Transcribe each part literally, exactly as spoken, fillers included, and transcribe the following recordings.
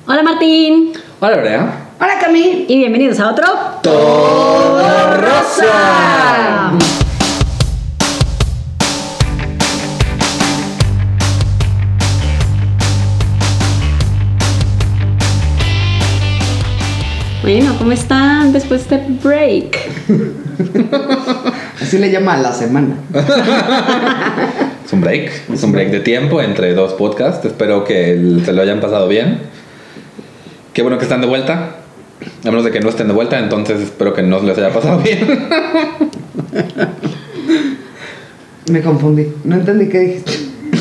Hola Martín. Hola Aurea. Hola Cami. Y bienvenidos a otro Todo Rosa. Bueno, ¿cómo están después de este break? Así le llama a la semana. Es un break, es un break de tiempo entre dos podcasts. Espero que el- se lo hayan pasado bien. Qué bueno que están de vuelta. A menos de que no estén de vuelta, entonces espero que no les haya pasado bien. Me confundí. No entendí qué dijiste.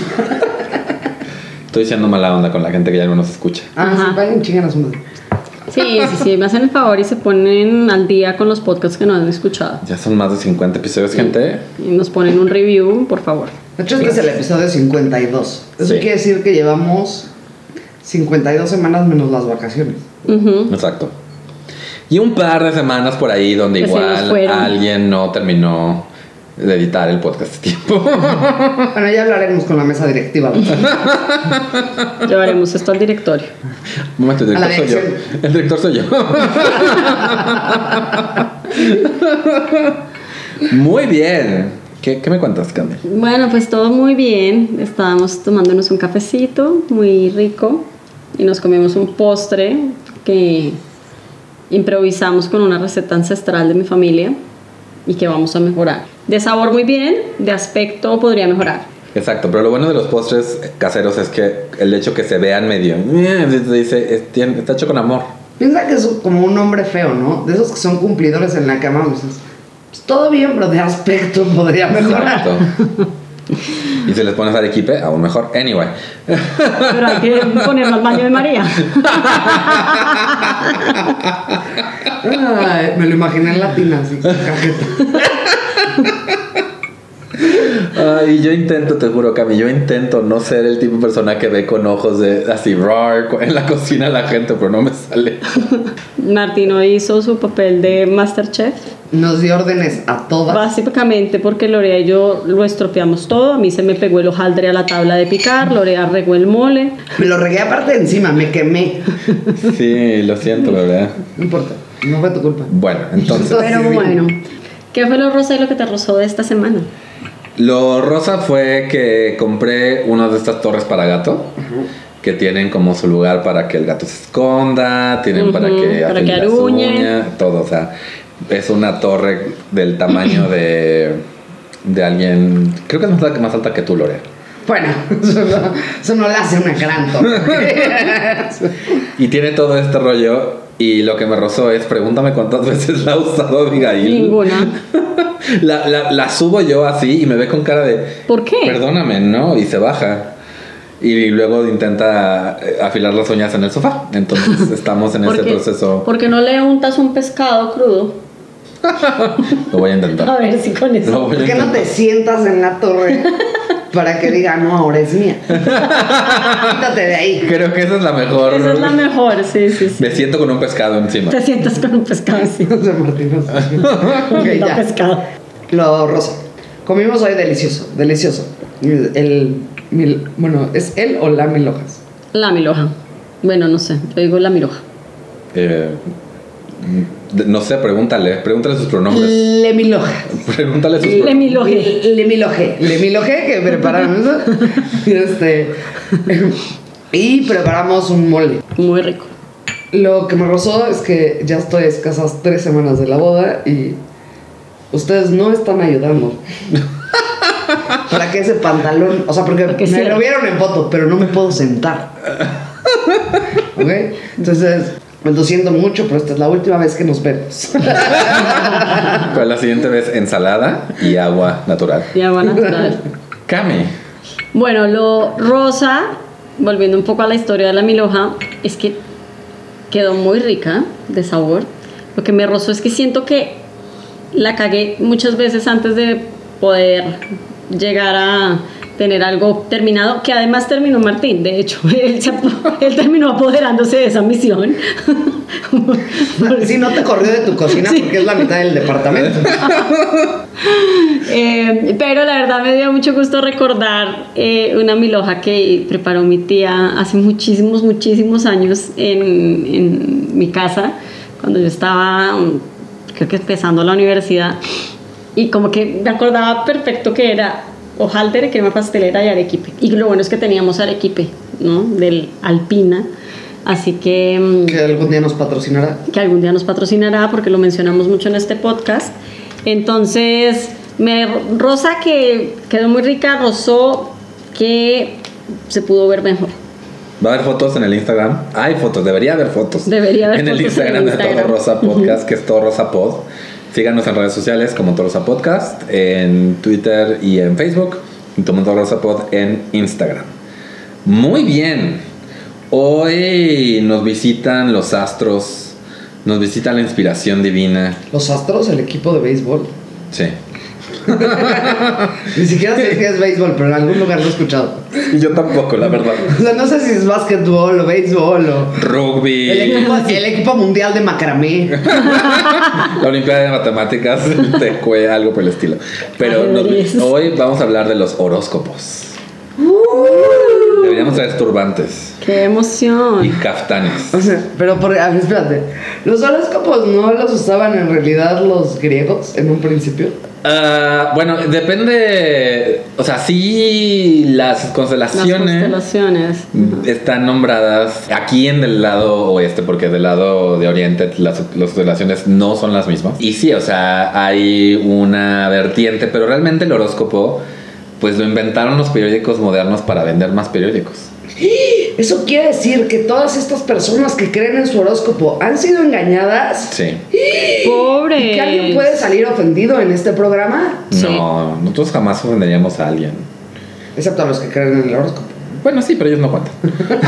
Estoy siendo mala onda con la gente que ya no nos escucha. Ah, Ajá. sí, vayan chingan a su madre. Sí, sí, sí, me hacen el favor y se ponen al día con los podcasts que no han escuchado. Ya son más de cincuenta episodios, gente. Y nos ponen un review, por favor. De hecho, este es el episodio cincuenta y dos. Eso Sí. quiere decir que llevamos cincuenta y dos semanas menos las vacaciones. Ujú. Exacto. Y un par de semanas por ahí donde Que se nos igual fueron. alguien no terminó de editar el podcast a tiempo. Bueno, ya hablaremos con la mesa directiva. Llevaremos esto al directorio. Un momento, el A la director soy yo. dirección. El director soy yo. Muy bien. ¿Qué, qué me cuentas, Candy? Bueno, pues todo muy bien. Estábamos tomándonos un cafecito muy rico y nos comimos un postre que improvisamos con una receta ancestral de mi familia y que vamos a mejorar. De sabor muy bien, de aspecto podría mejorar. Exacto, pero lo bueno de los postres caseros es que el hecho que se vean medio, eh, te dice, es- tiene- está hecho con amor. Piensa que es como un hombre feo, ¿no? De esos que son cumplidores en la cama. Dices, pues todo bien, pero de aspecto podría mejorar. Exacto. Y si les pones arequipe, aún mejor. Anyway. Pero hay que ponerlo al baño de María. Ay, me lo imaginé en latina, así, con cajeta. Ay, yo intento, te juro, Cami, yo intento no ser el tipo de persona que ve con ojos de así, roar en la cocina a la gente, pero no me sale. Martino hizo su papel de Masterchef. Nos dio órdenes a todas. Básicamente porque Lorea y yo lo estropeamos todo. A mí se me pegó el hojaldre a la tabla de picar. Lorea regó el mole. Me lo regué aparte de encima, me quemé. Sí, lo siento, la verdad. No importa, no fue tu culpa. Bueno, entonces, Pero Sí. bueno, ¿qué fue lo rosa y lo que te rozó de esta semana? lo rosa fue que compré una de estas torres para gato. Que tienen como su lugar para que el gato se esconda, tienen Ujú, para que para afile que las aruñe. uñas, todo, o sea, es una torre del tamaño de de alguien, creo que es más alta, más alta que tú, Lorea. Bueno, eso no, eso no le hace una gran torre. Y tiene todo este rollo y lo que me rozó es, pregúntame cuántas veces la ha usado Abigail. Ninguna. La, la, la subo yo así y me ve con cara de, ¿Por qué? perdóname, ¿no? Y se baja. Y luego intenta eh, afilar las uñas en el sofá. Entonces estamos en ese Porque- proceso. ¿Por no le untas un pescado crudo? Lo voy a intentar. A ver si con Lo eso. voy a ¿Por qué no te intentar. sientas en la torre para que diga, no, ahora es mía? Quítate de ahí. Creo que esa es la mejor. Esa es la mejor, sí, sí, sí. Me siento con un pescado encima. Te sientas con un pescado así. No sé, Martín, no sé. Ok, Un ya. pescado. Lo rosa. Comimos hoy delicioso, delicioso. El, el- mil- bueno, ¿es él o la mil hojas? La miloja. Bueno, no sé, yo digo la miloja. Eh, no sé, pregúntale. Pregúntale sus pronombres. Le mil hojas. Pregúntale sus Le pronombres. miloje. Le milojé, le milojé que prepararon eso. Y este. Y preparamos un mole. Muy rico. Lo que me rozó es que ya estoy a escasas tres semanas de la boda y ustedes no están ayudando. Para que ese pantalón, o sea, porque Porque me cierre. lo vieron en foto, pero no me puedo sentar. ¿Ok? Entonces, me lo siento mucho, pero esta es la última vez que nos vemos. Para la siguiente vez, ensalada y agua natural. Y agua natural. Cami. Bueno, lo rosa, volviendo un poco a la historia de la miloja, es que quedó muy rica de sabor. Lo que me rozó es que siento que la cagué muchas veces antes de poder llegar a tener algo terminado, que además terminó Martín, de hecho, él, se, él terminó apoderándose de esa misión. Sí, no te corrió de tu cocina sí. Porque es la mitad del departamento. eh, pero la verdad me dio mucho gusto recordar eh, una milhoja que preparó mi tía hace muchísimos, muchísimos años en, en mi casa, cuando yo estaba, creo que empezando la universidad, y como que me acordaba perfecto que era hojaldre, crema pastelera y arequipe. Y lo bueno es que teníamos arequipe, ¿no? Del Alpina. Así que... Que algún día nos patrocinará. Que algún día nos patrocinará, porque lo mencionamos mucho en este podcast. Entonces, me, rosa que quedó muy rica, rosó que se pudo ver mejor. Va a haber fotos en el Instagram. Hay fotos, debería haber fotos. Debería haber en fotos el Instagram en el Instagram de Todo Rosa Podcast, uh-huh. que es Todo Rosa Pod. Síganos en redes sociales como Todo Rosa Podcast, en Twitter y en Facebook, y como Todo Rosa Pod en Instagram. Muy bien. Hoy nos visitan los astros, nos visita la inspiración divina. ¿Los astros? ¿El equipo de béisbol? Sí. Ni siquiera sé si es béisbol, pero en algún lugar lo he escuchado. Y yo tampoco, la verdad. O sea, no sé si es básquetbol o béisbol o... Rugby. El equipo, el equipo mundial de macramé. La Olimpiada de Matemáticas, te fue algo por el estilo. Pero Ay, nos, hoy vamos a hablar de los horóscopos. Uh, Deberíamos traer turbantes. ¡Qué emoción! Y caftanes. O sea, pero por, a ver, espérate. ¿Los horóscopos no los usaban en realidad los griegos en un principio? Uh, bueno, depende. O sea, sí, las constelaciones, las constelaciones están nombradas aquí en el lado oeste, porque del lado de oriente las, las constelaciones no son las mismas. Y sí, o sea, hay una vertiente, pero realmente el horóscopo pues lo inventaron los periódicos modernos para vender más periódicos. ¿Eso quiere decir que todas estas personas que creen en su horóscopo han sido engañadas? Sí. ¡Pobres! ¿Y que alguien puede salir ofendido en este programa? No, Sí. nosotros jamás ofenderíamos a alguien. Excepto a los que creen en el horóscopo. Bueno, sí, pero ellos no cuentan.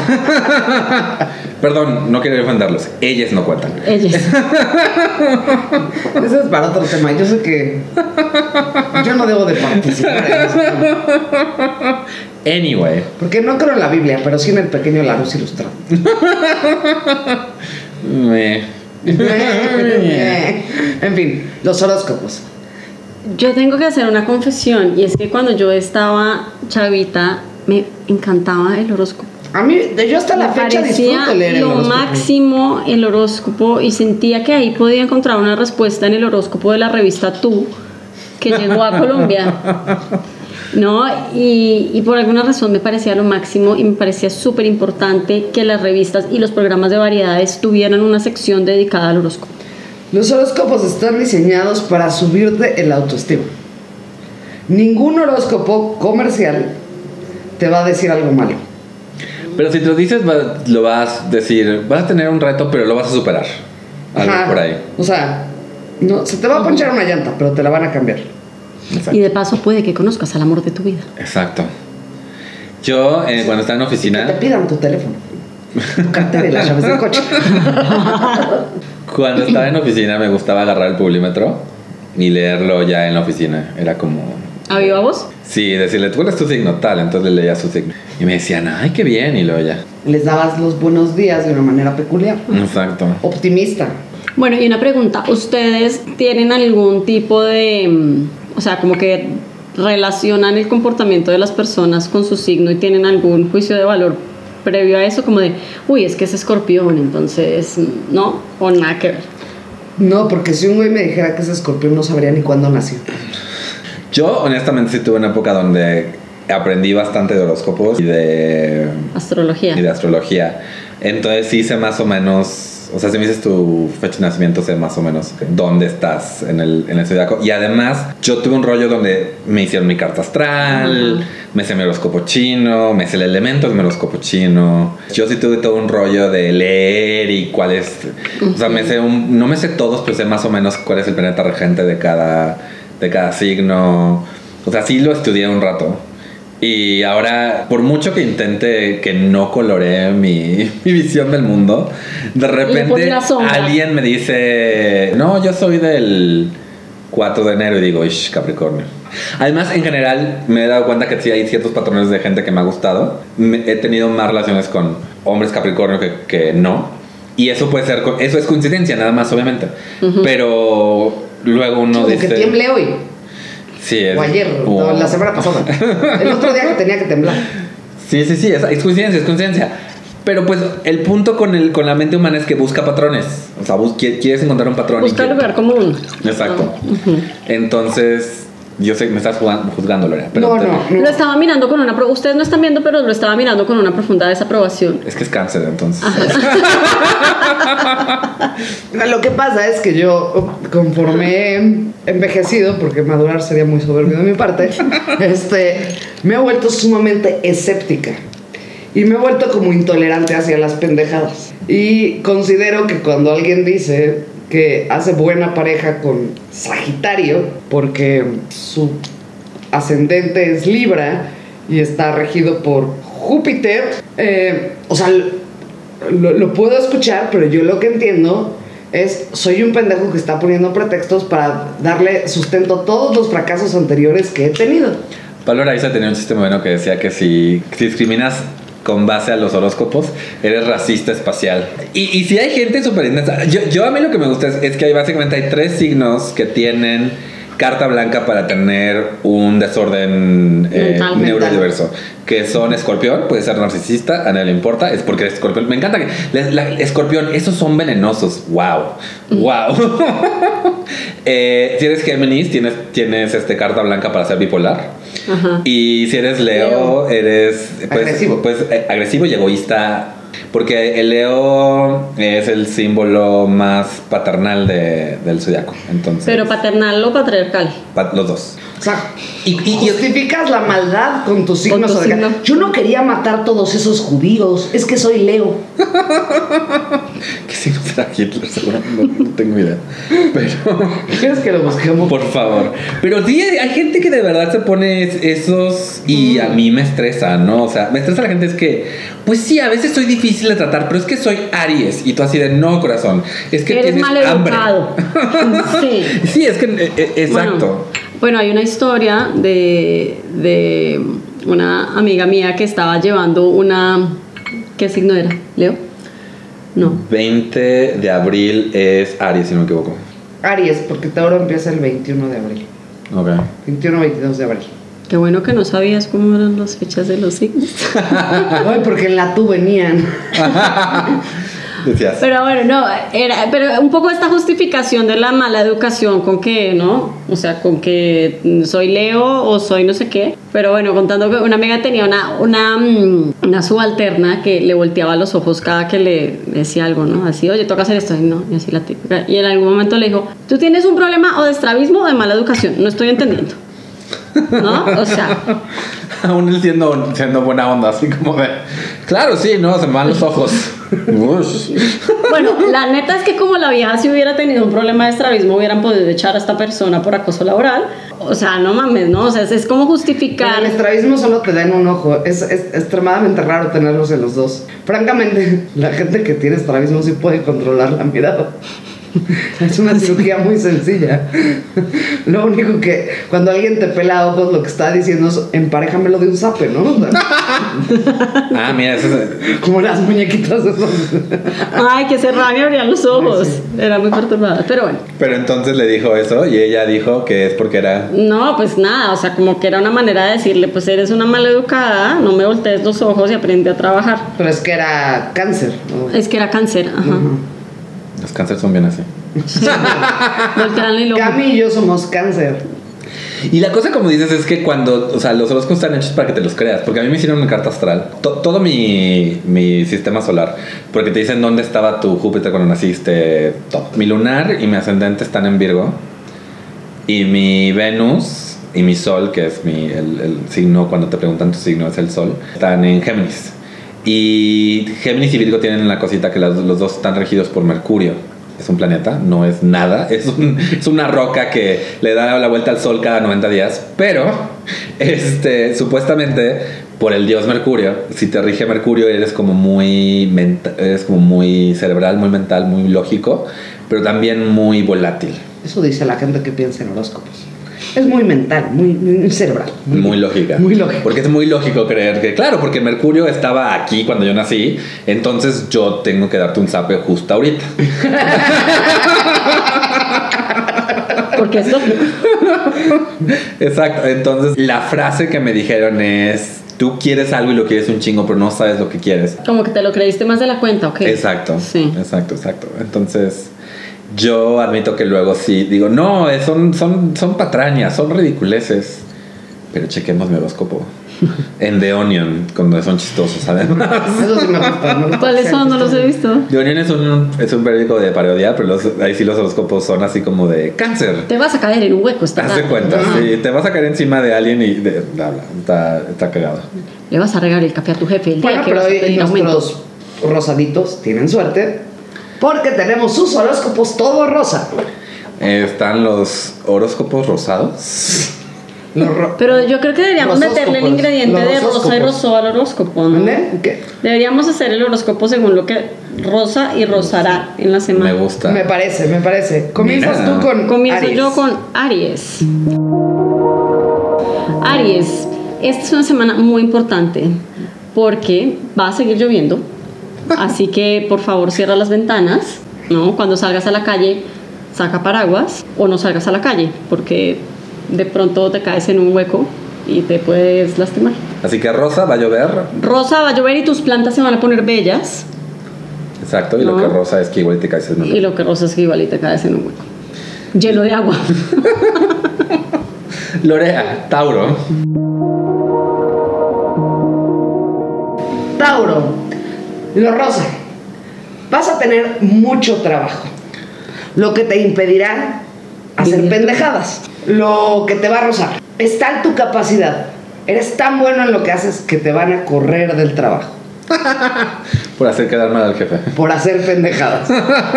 Perdón, no quiero ofenderlos. Ellas no cuentan. Ellas. Eso es para otro tema. Yo sé que yo no debo de participar en eso. Anyway. Porque no creo en la Biblia, pero sí en el pequeño Larousse ilustrado. Me. En fin, los horóscopos. Yo tengo que hacer una confesión, y es que cuando yo estaba chavita me encantaba el horóscopo. A mí, yo hasta la Me fecha parecía disfruto leer el lo horóscopo. máximo el horóscopo, y sentía que ahí podía encontrar una respuesta en el horóscopo de la revista Tú, que llegó a Colombia, ¿no? Y, y por alguna razón me parecía lo máximo, y me parecía súper importante que las revistas y los programas de variedades tuvieran una sección dedicada al horóscopo. Los horóscopos están diseñados para subirte el autoestima. Ningún horóscopo comercial te va a decir algo malo. Pero si te lo dices, va- lo vas a decir, vas a tener un reto, pero lo vas a superar. Algo Ajá. por ahí. O sea, no, se te va a ponchar una llanta, pero te la van a cambiar. Exacto. Y de paso puede que conozcas al amor de tu vida. Exacto. Yo, eh, cuando estaba en Que te oficina, pidan tu teléfono, tu cartera y las llaves del coche. cuando estaba en oficina me gustaba agarrar el publímetro y leerlo ya en la oficina. Era como... ¿A viva voz? Sí, decirle, ¿cuál es tu signo? Tal, entonces le leía su signo. Y me decían, ay, qué bien, y luego ya. Les dabas los buenos días de una manera peculiar. Exacto. Optimista. Bueno, y una pregunta, ¿ustedes tienen algún tipo de, mm, o sea, como que relacionan el comportamiento de las personas con su signo y tienen algún juicio de valor previo a eso, como de, uy, es que es escorpión, entonces, ¿no? O nada que ver? No, porque si un güey me dijera que es escorpión, no sabría ni cuándo nació. Yo, honestamente, sí tuve una época donde aprendí bastante de horóscopos y de... Astrología. y de astrología. Entonces sí sé más o menos, o sea, si me dices tu fecha de nacimiento, sé más o menos dónde estás en el, en el zodiaco. Y además, yo tuve un rollo donde me hicieron mi carta astral, Uh-huh. me sé mi horóscopo chino, me sé el elemento de mi horóscopo chino. Yo sí tuve todo un rollo de leer y cuál es, o sea, me sé un, no me sé todos, pero sé más o menos cuál es el planeta regente de cada, de cada signo. O sea, sí lo estudié un rato. Y ahora, por mucho que intente que no coloree mi, mi visión del mundo, de Le pones repente la sombra. alguien me dice, no, yo soy del cuatro de enero, y digo, ish, Capricornio. Además, en general, me he dado cuenta que sí hay ciertos patrones de gente que me ha gustado. Me, he tenido más relaciones con hombres Capricornio que, que no. Y eso puede ser, eso es coincidencia, nada más, obviamente. Uh-huh. Pero luego uno Como dice... que tiemble hoy. Sí, es... O ayer, o... o la semana pasada. El otro día que tenía que temblar. Sí, sí, sí, es, es coincidencia, es coincidencia. Pero pues el punto con, el, con la mente humana es que busca patrones. O sea, bus, quieres encontrar un patrón. Busca el lugar común. Exacto. Uh-huh. Entonces... Yo sé que me estás jugando, juzgando, Lorena. Pero no, no, no. Lo estaba mirando con una... Ustedes no están viendo, pero lo estaba mirando con una profunda desaprobación. Es que es cáncer, entonces. Lo que pasa es que yo, conforme he envejecido, porque madurar sería muy soberbio de mi parte, este, me he vuelto sumamente escéptica. Y me he vuelto como intolerante hacia las pendejadas. Y considero que cuando alguien dice... que hace buena pareja con Sagitario porque su ascendente es Libra y está regido por Júpiter, eh, o sea, lo, lo puedo escuchar, pero yo lo que entiendo es, soy un pendejo que está poniendo pretextos para darle sustento a todos los fracasos anteriores que he tenido. Pablo Araiza tenía un sistema bueno que decía que si, si discriminas con base a los horóscopos, eres racista espacial. Y, y si hay gente súper intensa. Yo, yo a mí lo que me gusta es, es que hay, básicamente hay tres signos que tienen carta blanca para tener un desorden eh, mental, neurodiverso. Mental. Que son Escorpión, puede ser narcisista, a nadie le importa, es porque es Escorpión. Me encanta que la, la, Escorpión, esos son venenosos. Wow, wow. eh, si eres Géminis, tienes, tienes este, carta blanca para ser bipolar. Ajá. Y si eres Leo, Leo. eres pues, agresivo. Pues, eh, agresivo y egoísta. Porque el Leo es el símbolo más paternal de, del zodiaco. Entonces, ¿pero paternal o patriarcal? Pa- los dos. O sea, y, y justificas la maldad con tu signo zodiacal. Signo. Yo no quería matar todos esos judíos, es que soy Leo. ¿Qué signo será Hitler? Seguramente no, no tengo idea. Pero ¿quieres que lo busquemos? Por favor. Pero sí, hay gente que de verdad se pone esos y mm. a mí me estresa, ¿no? O sea, me estresa la gente es que, pues sí, a veces soy difícil de tratar, pero es que soy Aries y tú así de no, corazón. Es que eres tienes mal educado. Sí. Sí, es que eh, exacto. Bueno. Bueno, hay una historia de, de una amiga mía que estaba llevando una... ¿Qué signo era? ¿Leo? No. veinte de abril es Aries, si no me equivoco. Aries, porque Tauro empieza el veintiuno de abril. Ok. veintiuno veintidós de abril. Qué bueno que no sabías cómo eran las fechas de los signos. Ay, porque en la tu venían. Decías. Pero bueno, no, era, pero un poco esta justificación de la mala educación con que, ¿no? O sea, con que soy Leo o soy no sé qué. Pero bueno, contando que una amiga tenía una, una, una subalterna que le volteaba los ojos cada que le decía algo, ¿no? Así, oye, toca hacer esto, y no, y así la típica. Y en algún momento le dijo, tú tienes un problema o de estrabismo o de mala educación, no estoy entendiendo. ¿No? O sea, aún él siendo, siendo buena onda, así como de claro, sí, no, se me van los ojos. Bueno, la neta es que como la vieja si hubiera tenido un problema de estrabismo hubieran podido echar a esta persona por acoso laboral. O sea, no mames, ¿no? O sea, es, es como justificar. Pero el estrabismo solo te da en un ojo. Es, es extremadamente raro tenerlos en los dos. Francamente, la gente que tiene estrabismo sí puede controlar la mirada. Es una cirugía muy sencilla. Lo único que cuando alguien te pela ojos, lo que está diciendo es emparéjamelo de un zape, ¿no? O sea, ah, mira, eso es... como las muñequitas de esos. Ay, que cerraban y abrían los ojos. Sí. Era muy perturbada, pero bueno. Pero entonces le dijo eso y ella dijo que es porque era... No, pues nada, o sea, como que era una manera de decirle, pues eres una maleducada, no me voltees los ojos y aprende a trabajar. Pero es que era cáncer, ¿no? Es que era cáncer, ajá. Uh-huh. Los cánceres son bien así. Sí. Cami y yo somos cáncer. Y la cosa, como dices, es que cuando, o sea, los horóscopos están hechos para que te los creas. Porque a mí me hicieron una carta astral, to- todo mi, mi sistema solar, porque te dicen dónde estaba tu Júpiter cuando naciste, todo. Mi lunar y mi ascendente están en Virgo, y mi Venus y mi Sol, que es mi, el, el signo, cuando te preguntan tu signo es el Sol, están en Géminis. Y Géminis y Virgo tienen la cosita que los, los dos están regidos por Mercurio. Es un planeta, no es nada. Es, un, es una roca que le da la vuelta al sol cada noventa días. Pero, este, supuestamente, por el dios Mercurio, si te rige Mercurio, eres como muy menta- eres como muy cerebral, muy mental, muy lógico, pero también muy volátil. Eso dice la gente que piensa en horóscopos. Es muy mental, muy, muy cerebral. Muy, muy lógica. Muy lógica. Porque es muy lógico creer que, claro, porque Mercurio estaba aquí cuando yo nací, entonces yo tengo que darte un zape justo ahorita. Porque es lógico. Exacto. Entonces, la frase que me dijeron es: tú quieres algo y lo quieres un chingo, pero no sabes lo que quieres. Como que te lo creíste más de la cuenta, ¿ok? Exacto. Sí. Exacto, exacto. Entonces, yo admito que luego sí digo, no, son, son, son patrañas, son ridiculeces. Pero chequemos mi horóscopo. En The Onion, cuando son chistosos, además. Eso sí me gusta. Me gusta ¿Cuáles son? No los he visto. The Onion es un, es un periódico de parodia, pero los, ahí sí los horóscopos son así como de cáncer. Te vas a caer en un hueco esta Haz de tarde. cuenta, Ah. sí, te vas a caer encima de alguien y de, bla, bla, está, está cagado. Le vas a regar el café a tu jefe el día Bueno, que pero vas a hoy pedir aumento. nuestros rosaditos tienen suerte porque tenemos sus horóscopos todo rosa. Eh, están los horóscopos rosados. Los ro- Pero yo creo que deberíamos Rosóscopos. meterle el ingrediente Los de rosa y rosóscopos. rosó al horóscopo, ¿no? ¿Dónde? ¿Qué? Deberíamos hacer el horóscopo según lo que rosa y rosará en la semana. Me gusta. Me parece, me parece. Comienzas Mira. tú con Comienzo Aries. yo con Aries. Aries, esta es una semana muy importante porque va a seguir lloviendo. Así que por favor cierra las ventanas, ¿no? Cuando salgas a la calle, saca paraguas o no salgas a la calle porque de pronto te caes en un hueco y te puedes lastimar. Así que rosa va a llover. Rosa, va a llover y tus plantas se van a poner bellas. Exacto, y No. lo que rosa es que igual te caes en un Y lo que rosa es que igual y te caes en un hueco lleno de agua. Lorea, Tauro. Tauro, lo rosa. Vas a tener mucho trabajo, lo que te impedirá hacer Bien. pendejadas. Lo que te va a rozar está en tu capacidad. Eres tan bueno en lo que haces que te van a correr del trabajo Por hacer quedar mal al jefe. por hacer pendejadas.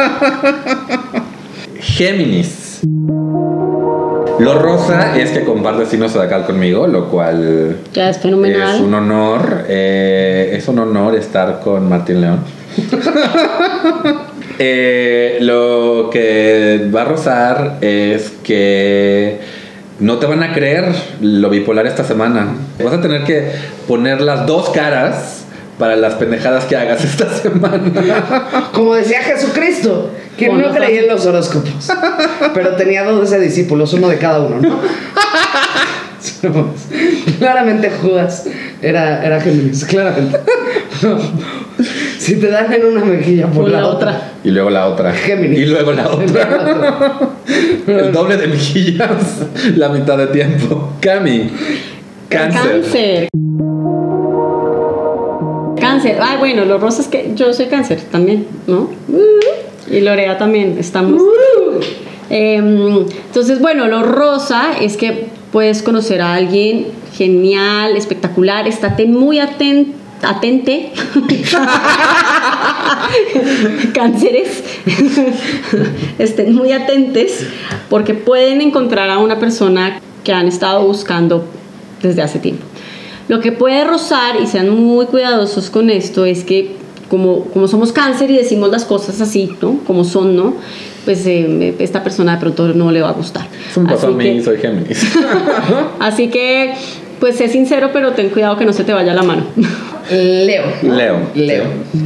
Géminis. Lo rosa es que comparte signo zodiacal conmigo, lo cual Ya es fenomenal. es un honor. eh, es un honor estar con Martín León. Eh, lo que va a rozar es que no te van a creer lo bipolar esta semana. Vas a tener que poner las dos caras para las pendejadas que hagas esta semana. Como decía Jesucristo, que Bueno, no creía en los horóscopos, pero tenía doce discípulos, uno de cada uno, ¿no? Claramente Judas era, era Géminis, claramente. Si te dan en una mejilla por, Por la, la otra. otra. Y luego la otra. Géminis. Y luego la otra. El doble de mejillas, la mitad de tiempo. Cami. Cáncer. Cáncer. Cáncer. Ay, bueno, lo rosa es que yo soy cáncer también, ¿no? Y Lorea también, estamos. Eh, entonces, bueno, lo rosa es que puedes conocer a alguien genial, espectacular, estate muy atento. Atente. Cánceres. Estén muy atentes porque pueden encontrar a una persona que han estado buscando desde hace tiempo. Lo que puede rozar, y sean muy cuidadosos con esto, es que como, como somos cáncer y decimos las cosas así, ¿no? Como son, ¿no? Pues eh, esta persona de pronto no le va a gustar. Eso me pasó Así a mí, que- soy Géminis. Así que, pues sé sincero, pero ten cuidado que no se te vaya la mano. Leo. Leo. Leo.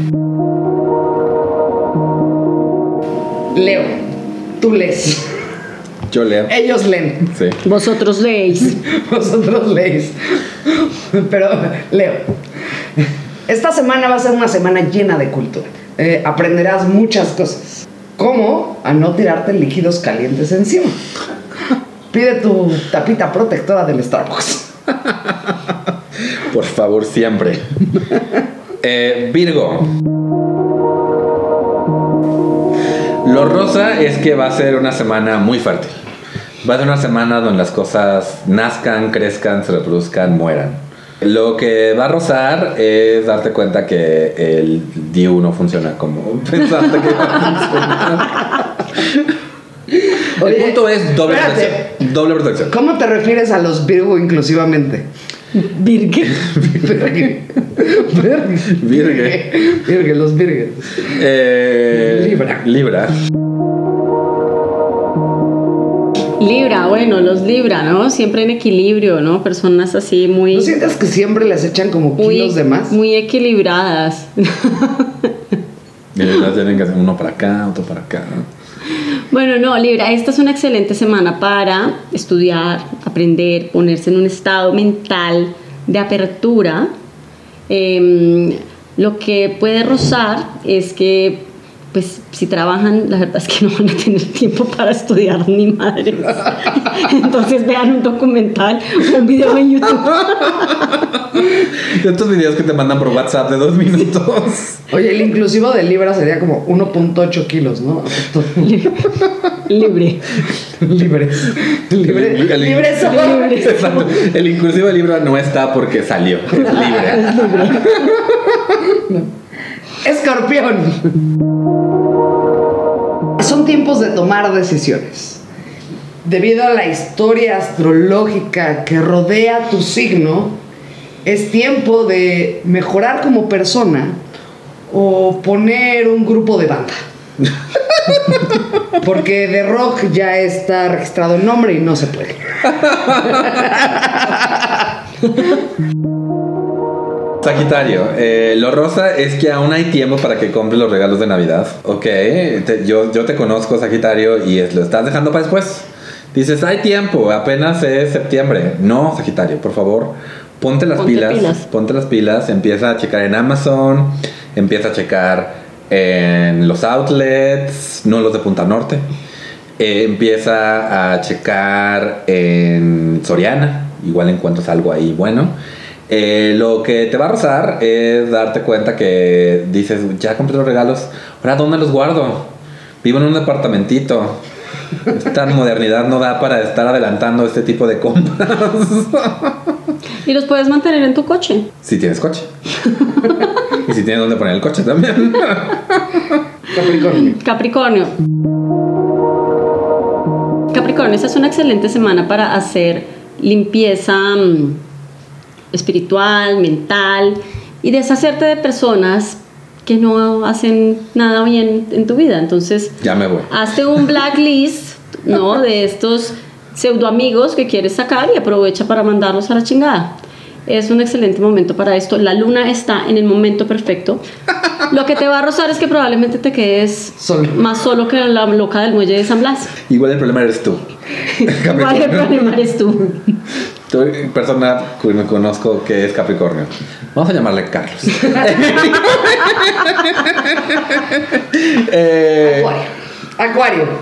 Leo. Tú lees. Yo leo. Ellos leen. Sí. Vosotros leéis. Vosotros leéis. Pero, Leo, esta semana va a ser una semana llena de cultura. Eh, aprenderás muchas cosas. Como a no tirarte líquidos calientes encima. Pide tu tapita protectora del Starbucks. Por favor, siempre. Eh, Virgo. Lo rosa es que va a ser una semana muy fértil. Va a ser una semana donde las cosas nazcan, crezcan, se reproduzcan, mueran. Lo que va a rozar es darte cuenta que el D I U no funciona como pensaste que iba a funcionar. Oye, El punto es doble espérate. protección. Doble protección. ¿Cómo te refieres a los Virgo inclusivamente? Virgen. Virgue. Virgue. Virgue. Virgue, los virgues. Eh, Libra. Libra. Libra, bueno, los Libra, ¿no? Siempre en equilibrio, ¿no? Personas así muy... ¿No sientes que siempre les echan como muy, kilos de más? Muy equilibradas. Y las tienen que hacer uno para acá, otro para acá, ¿no? Bueno, no, Libra, esta es una excelente semana para estudiar, aprender, ponerse en un estado mental de apertura. Eh, lo que puede rozar es que, pues, si trabajan, la verdad es que no van a tener tiempo para estudiar ni madres. Entonces vean un documental o un video en YouTube. De estos videos que te mandan por WhatsApp de dos minutos. Oye, el inclusivo de Libra sería como uno punto ocho kilos, ¿no? Libre. Libre. Libre. El- el- Libre soy. Exacto. El inclusive Libra no está porque salió. Es libre. Escorpión. Son tiempos de tomar decisiones. Debido a la historia astrológica que rodea tu signo, es tiempo de mejorar como persona o poner un grupo de banda. Porque de rock ya está registrado el nombre y no se puede. Sagitario, eh, lo rosa es que aún hay tiempo para que compres los regalos de Navidad. Ok, te- yo, yo te conozco, Sagitario, y es, lo estás dejando para después. Dices, hay tiempo, apenas es septiembre. No, Sagitario, por favor, ponte las Ponte pilas, pilas. ponte las pilas, empieza a checar en Amazon, empieza a checar en los outlets, no los de Punta Norte. Eh, empieza a checar en Soriana, igual encuentras algo ahí bueno. Eh, lo que te va a rozar es darte cuenta que dices, ya compré los regalos, ahora ¿dónde los guardo? Vivo en un departamentito. Esta modernidad no da para estar adelantando este tipo de compras. Y los puedes mantener en tu coche. Si tienes coche. Y si tienes donde poner el coche también. Capricornio. Capricornio. Capricornio, esta es una excelente semana para hacer limpieza mm, espiritual, mental y deshacerte de personas que no hacen nada bien en tu vida. Entonces, Ya me voy. hazte un blacklist, ¿no? De estos pseudo amigos que quieres sacar y aprovecha para mandarlos a la chingada. Es un excelente momento para esto. La luna está en el momento perfecto. Lo que te va a rozar es que probablemente te quedes Solo. más solo que la loca del muelle de San Blas. Igual el problema eres tú. Igual el problema eres tú. Tú, persona que me conozco que es Capricornio. Vamos a llamarle Carlos. eh, Acuario. Acuario.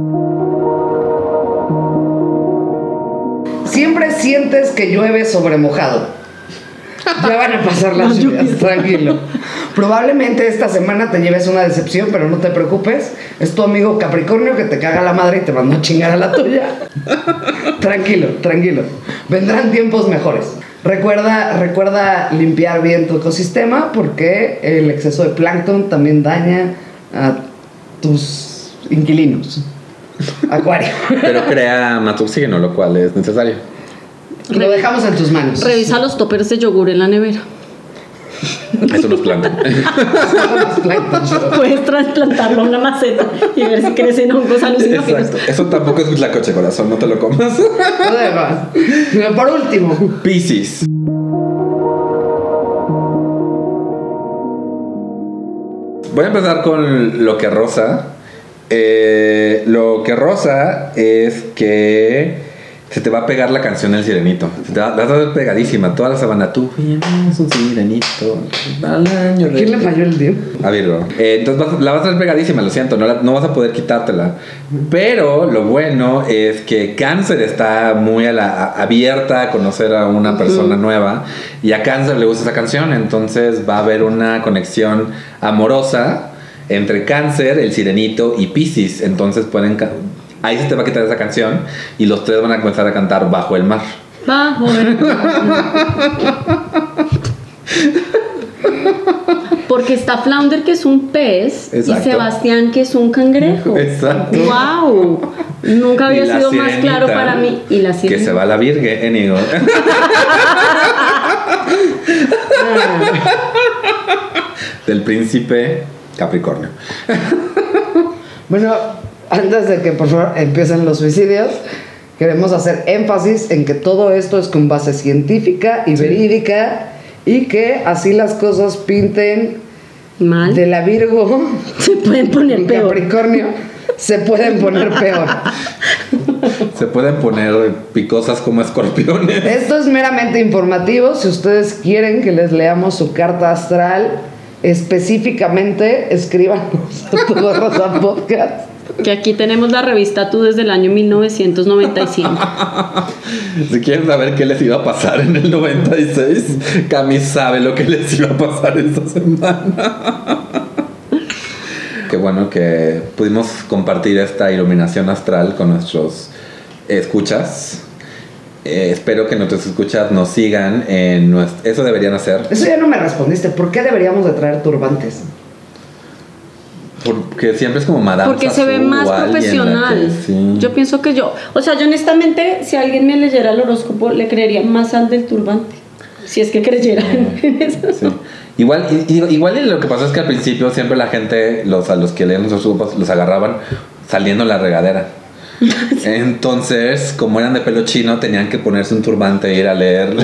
Siempre sientes que llueve sobre mojado. Ya van a pasar las lluvias, tranquilo. Probablemente esta semana te lleves una decepción, pero no te preocupes. Es tu amigo Capricornio que te caga la madre y te mandó a chingar a la tuya. Tranquilo, tranquilo. Vendrán tiempos mejores. Recuerda, recuerda limpiar bien tu ecosistema porque el exceso de plancton también daña a tus inquilinos. Acuario. pero crea más oxígeno, lo cual es necesario. Lo dejamos en tus manos. Revisa los toppers de yogur en la nevera. Eso nos planta. Los plancton. Puedes trasplantarlo a una maceta y ver si crecen hongos alucinógenos. Exacto. Eso tampoco es la coche, corazón, no te lo comas. No debas. Por último, Piscis. Voy a empezar con lo que rosa. Eh, lo que rosa es que se te va a pegar la canción del Sirenito. Se te va, vas a ver pegadísima toda la semana. Tú vienes un sirenito al año de... ¿quién le falló el dedo? A Virgo. Eh, entonces vas- la vas a ver pegadísima, lo siento, no, la- no vas a poder quitártela. Pero lo bueno es que Cáncer está muy a la, a- abierta a conocer a una persona nueva. Y a Cáncer le gusta esa canción, entonces va a haber una conexión amorosa entre Cáncer, el Sirenito y Piscis. Entonces pueden... ca- Ahí se te va a quitar esa canción y los tres van a comenzar a cantar Bajo el Mar. Bajo el Porque está Flounder, que es un pez, Exacto. y Sebastián, que es un cangrejo. Exacto. ¡Wow! Nunca había Y la sido más sirenita, claro para mí. Y la que sirenita. se va a la virgen, Enigo. Del príncipe Capricornio. Bueno, antes de que por favor empiecen los suicidios, Queremos hacer énfasis en que todo esto es con base científica y sí. verídica y que así las cosas pinten mal de la Virgo se pueden poner peor. Capricornio se pueden poner peor. Se pueden poner picosas como escorpiones. Esto es meramente informativo. Si ustedes quieren que les leamos su carta astral específicamente, escríbanos a Todo Rosa Podcast. Que aquí tenemos la revista Tú desde el año mil novecientos noventa y cinco. Si quieren saber qué les iba a pasar en el noventa y seis, Cami sabe lo que les iba a pasar esta semana. Qué bueno que pudimos compartir esta iluminación astral con nuestros escuchas. Eh, espero que nuestros escuchas nos sigan en nuestro... Eso deberían hacer. Eso ya no me respondiste. ¿Por qué deberíamos de traer turbantes? Porque siempre es como madame. Porque se ve más profesional. Que, sí. Yo pienso que yo... O sea, yo honestamente, si alguien me leyera el horóscopo, le creería más al del turbante. Si es que creyera en eso. Sí. Igual, igual lo que pasó es que al principio siempre la gente, los, a los que leen los horóscopos, los agarraban saliendo en la regadera. Entonces, como eran de pelo chino, tenían que ponerse un turbante e ir a leer.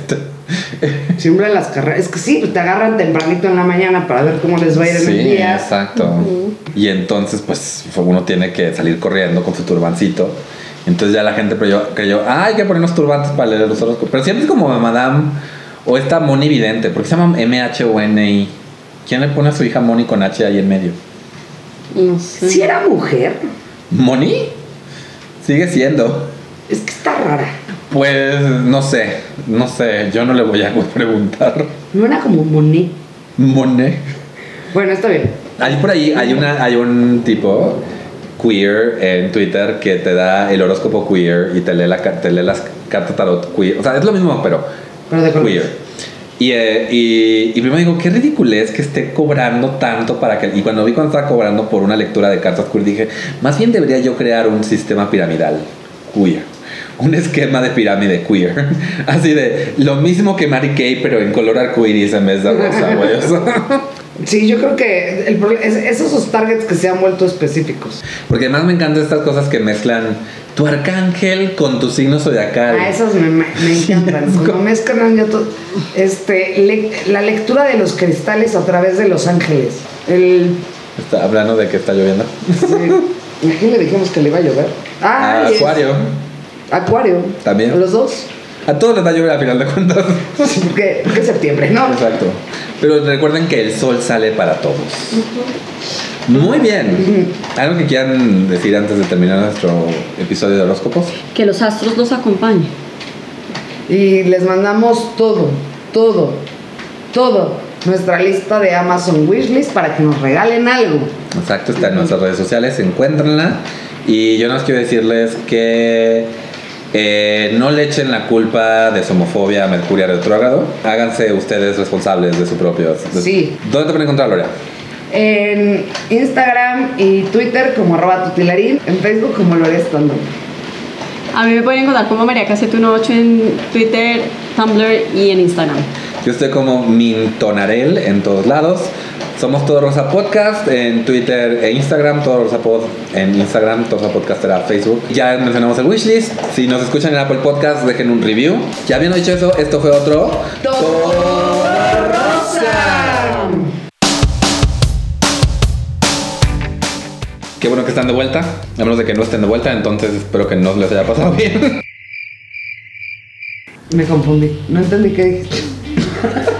Siempre en las carreras. Es que sí, te agarran tempranito en la mañana para ver cómo les va a ir en sí, el día. Exacto. Uh-huh. Y entonces, pues, uno tiene que salir corriendo con su turbancito. Entonces ya la gente creyó, creyó ah, hay que ponernos turbantes para leer los horóscopos. Pero siempre es como Madame o esta Moni Vidente. ¿Por qué se llama M H o N I? ¿Quién le pone a su hija Moni con H ahí en medio? No sé. ¿Si era mujer? ¿Moni? Sigue siendo. Es que está rara. Pues no sé, no sé, yo no le voy a preguntar. No era como Monet. Monet. Bueno, está bien. Hay por ahí, hay una, hay un tipo queer en Twitter que te da el horóscopo queer y te lee, la, te lee las cartas tarot queer. O sea, es lo mismo, pero, pero de queer. Y, eh, y, y primero digo, qué ridículo es que esté cobrando tanto para que... Y cuando vi cuando estaba cobrando por una lectura de cartas queer, dije, más bien debería yo crear un sistema piramidal queer. Un esquema de pirámide queer. Así de, lo mismo que Mary Kay, pero en color arcoíris en vez de rosa, güey. Sí, yo creo que el problema es esos targets que se han vuelto específicos. Porque además me encantan estas cosas que mezclan tu arcángel con tu signo zodiacal. Ah, esas me, me encantan. Sí, como mezclan ya todo. Este, le, la lectura de los cristales a través de los ángeles. El... Está hablando de que está lloviendo. Sí. ¿A quién le dijimos que le iba a llover? Ah, a Acuario. Es... Acuario. También. A los dos. A todos les va a llover al final de cuentas. Sí, porque, porque es septiembre, ¿no? Exacto. Pero recuerden que el sol sale para todos. Uh-huh. Muy bien. Uh-huh. ¿Algo que quieran decir antes de terminar nuestro episodio de horóscopos? Que los astros los acompañen. Y les mandamos todo, todo, todo. Nuestra lista de Amazon Wishlist para que nos regalen algo. Exacto, está en nuestras redes sociales, encuéntrenla. Y yo nos quiero decirles que eh, no le echen la culpa de su homofobia a Mercurio retrógrado. Háganse ustedes responsables de su propio... De sí. Su, ¿dónde te pueden encontrar, Lorea? En Instagram y Twitter como arroba tutilarín, en Facebook como Lorea Estando. A mí me pueden encontrar como María K siete uno ocho en Twitter, Tumblr y en Instagram. Yo estoy como Mintonarel en todos lados. Somos Todo Rosa Podcast en Twitter e Instagram, Todo Rosa Pod en Instagram, Todo Rosa Podcast era Facebook. Ya mencionamos el wishlist. Si nos escuchan en Apple Podcast, dejen un review. Ya habiendo dicho eso, esto fue otro Todo Rosa. Qué bueno que están de vuelta. A menos de que no estén de vuelta, entonces espero que no les haya pasado bien. Me confundí. No entendí qué dijiste.